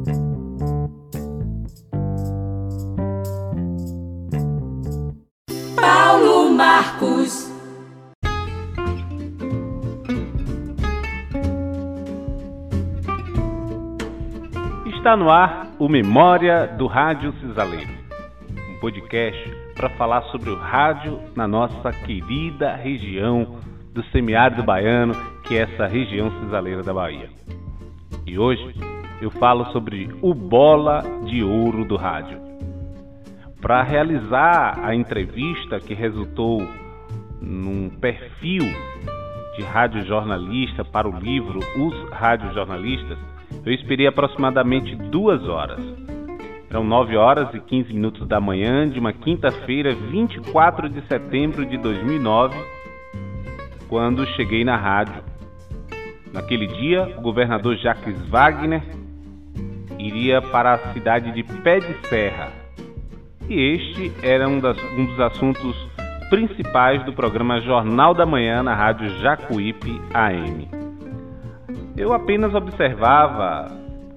Paulo Marcos. Está no ar o Memória do Rádio Cisaleiro, um podcast para falar sobre o rádio na nossa querida região do semiárido baiano, que é essa região cisaleira da Bahia. E hoje eu falo sobre o bola de ouro do rádio. Para realizar a entrevista que resultou num perfil de radiojornalista para o livro Os Radiojornalistas, eu esperei aproximadamente 2 horas. Eram 9 horas e 15 minutos da manhã de uma quinta-feira, 24 de setembro de 2009, quando cheguei na rádio. Naquele dia, o governador Jacques Wagner iria para a cidade de Pé de Serra. E este era um dos assuntos principais do programa Jornal da Manhã na rádio Jacuípe AM. Eu apenas observava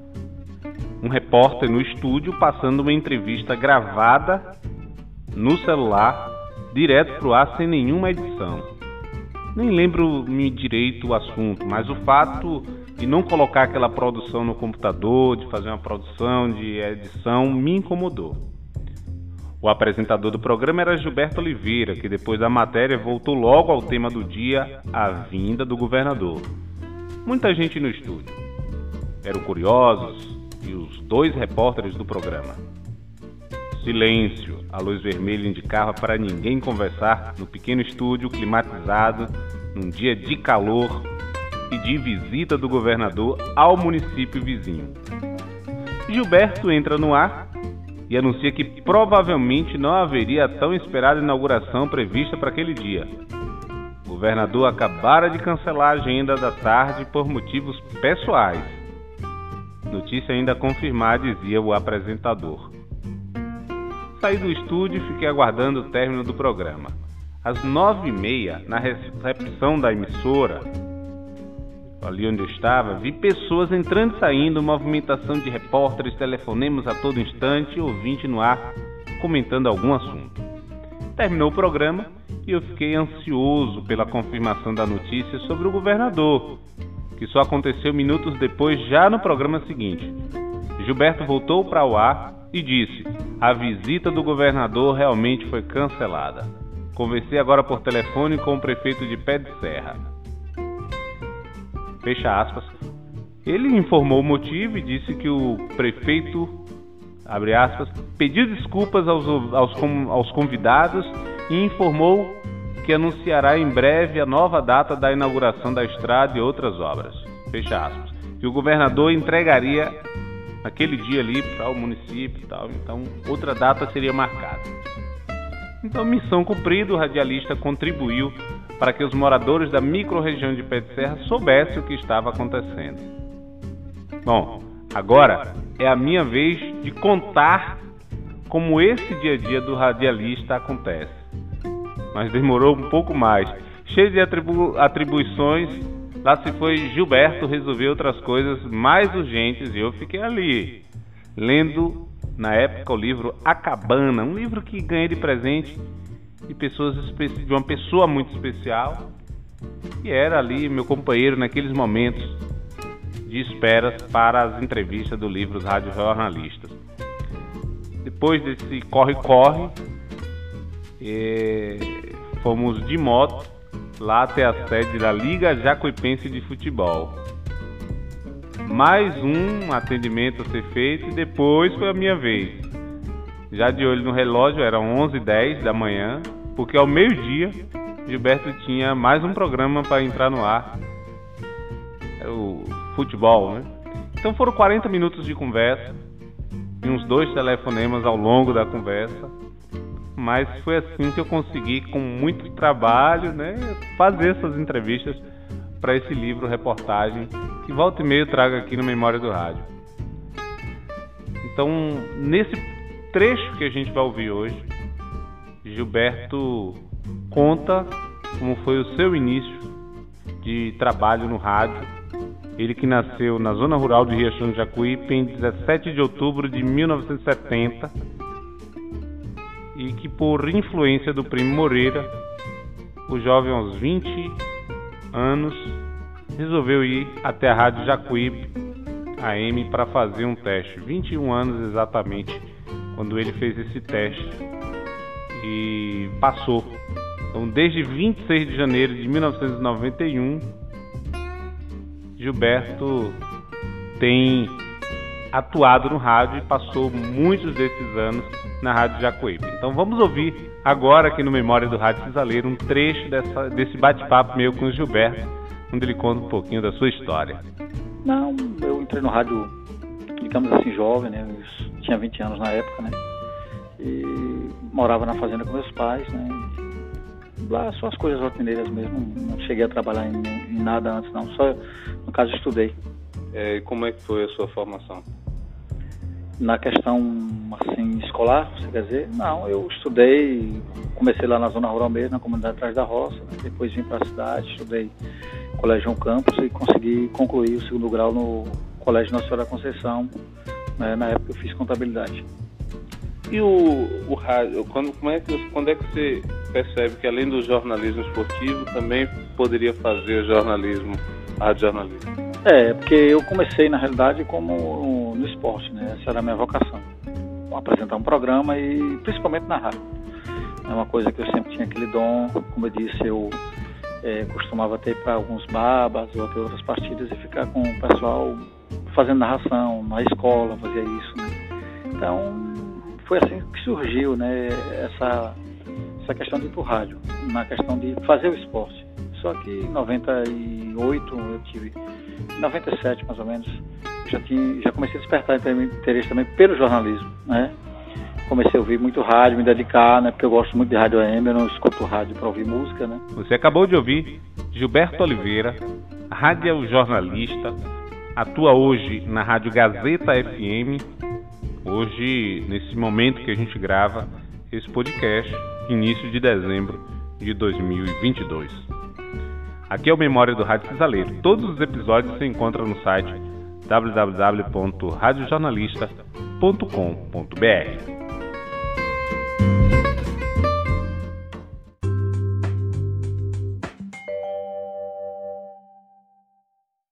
um repórter no estúdio passando uma entrevista gravada no celular, direto para o ar, sem nenhuma edição. Nem lembro-me direito o assunto, mas o fato de não colocar aquela produção no computador, de fazer uma produção de edição, me incomodou. O apresentador do programa era Gilberto Oliveira, que depois da matéria voltou logo ao tema do dia, a vinda do governador. Muita gente no estúdio. Eram curiosos e os 2 repórteres do programa. Silêncio, a luz vermelha indicava para ninguém conversar no pequeno estúdio climatizado, num dia de calor e de visita do governador ao município vizinho. Gilberto entra no ar e anuncia que provavelmente não haveria a tão esperada inauguração prevista para aquele dia. O governador acabara de cancelar a agenda da tarde por motivos pessoais. Notícia ainda a confirmar, dizia o apresentador. Saí do estúdio e fiquei aguardando o término do programa. Às 9h30, na recepção da emissora, ali onde eu estava, vi pessoas entrando e saindo, movimentação de repórteres, telefonemas a todo instante e ouvinte no ar comentando algum assunto. Terminou o programa e eu fiquei ansioso pela confirmação da notícia sobre o governador, que só aconteceu minutos depois, já no programa seguinte. Gilberto voltou para o ar e disse: a visita do governador realmente foi cancelada. Conversei agora por telefone com o prefeito de Pé de Serra. Fecha aspas. Ele informou o motivo e disse que o prefeito, abre aspas, pediu desculpas aos convidados e informou que anunciará em breve a nova data da inauguração da estrada e outras obras. Fecha aspas. Que o governador entregaria naquele dia ali para o município e tal. Então, outra data seria marcada. Então, missão cumprida, o radialista contribuiu para que os moradores da microrregião de Pé de Serra soubessem o que estava acontecendo. Bom, agora é a minha vez de contar como esse dia a dia do radialista acontece. Mas demorou um pouco mais. Cheio de atribuições, lá se foi Gilberto resolver outras coisas mais urgentes e eu fiquei ali, lendo, na época, o livro A Cabana, um livro que ganhei de presente de uma pessoa muito especial, que era ali meu companheiro naqueles momentos de espera para as entrevistas do livro Os Radiojornalistas. Depois desse corre-corre, fomos de moto lá até a sede da Liga Jacuipense de Futebol. Mais um atendimento a ser feito e depois foi a minha vez. Já de olho no relógio, eram 11h10 da manhã, porque ao meio-dia Gilberto tinha mais um programa para entrar no ar, o futebol, né? Então foram 40 minutos de conversa e uns 2 telefonemas ao longo da conversa, mas foi assim que eu consegui, com muito trabalho, né, fazer essas entrevistas para esse livro reportagem que volta e meia eu trago aqui no Memória do Rádio. Então, nesse trecho que a gente vai ouvir hoje, Gilberto conta como foi o seu início de trabalho no rádio Ele que nasceu na zona rural de Riachão de Jacuípe em 17 de outubro de 1970 e que, por influência do primo Moreira, o jovem aos 20 anos resolveu ir até a Rádio Jacuípe AM para fazer um teste. 21 anos exatamente quando ele fez esse teste e passou. Então, desde 26 de janeiro de 1991, Gilberto tem atuado no rádio e passou muitos desses anos na Rádio Jacuípe. Então vamos ouvir agora aqui no Memória do Rádio Cisaleiro um trecho desse bate-papo meu com o Gilberto, onde ele conta um pouquinho da sua história. Não, eu entrei no rádio, digamos assim, jovem, né? Eu tinha 20 anos na época, né? E morava na fazenda com meus pais, né? Lá só as coisas rotineiras mesmo, não cheguei a trabalhar em nada antes não, só no caso estudei. E como é que foi a sua formação? Na questão assim escolar, você quer dizer? Não, eu estudei, comecei lá na zona rural mesmo, na comunidade atrás da roça, né? Depois vim para a cidade, estudei no Colégio João Campos e consegui concluir o segundo grau no Colégio Nossa Senhora da Conceição, né? Na época eu fiz contabilidade. E o rádio, quando é que você percebe que além do jornalismo esportivo também poderia fazer radiojornalismo? Porque eu comecei na realidade como no esporte, né? Essa era a minha vocação, apresentar um programa e principalmente na rádio. É uma coisa que eu sempre tinha aquele dom, como eu disse, eu costumava ter para alguns babas ou até outras partidas e ficar com o pessoal fazendo narração, na escola fazia isso, né? Então foi assim que surgiu, né, essa questão de ir para o rádio, na questão de fazer o esporte. Só que em 98, eu tive, em 97 mais ou menos, já comecei a despertar interesse também pelo jornalismo, né? Comecei a ouvir muito rádio, me dedicar, né, porque eu gosto muito de rádio AM, eu não escuto rádio para ouvir música, né? Você acabou de ouvir Gilberto Oliveira, radiojornalista, atua hoje na Rádio Gazeta FM. Hoje, nesse momento que a gente grava esse podcast, início de dezembro de 2022. Aqui é o Memória do Rádio Cisaleiro. Todos os episódios se encontram no site www.radiojornalista.com.br.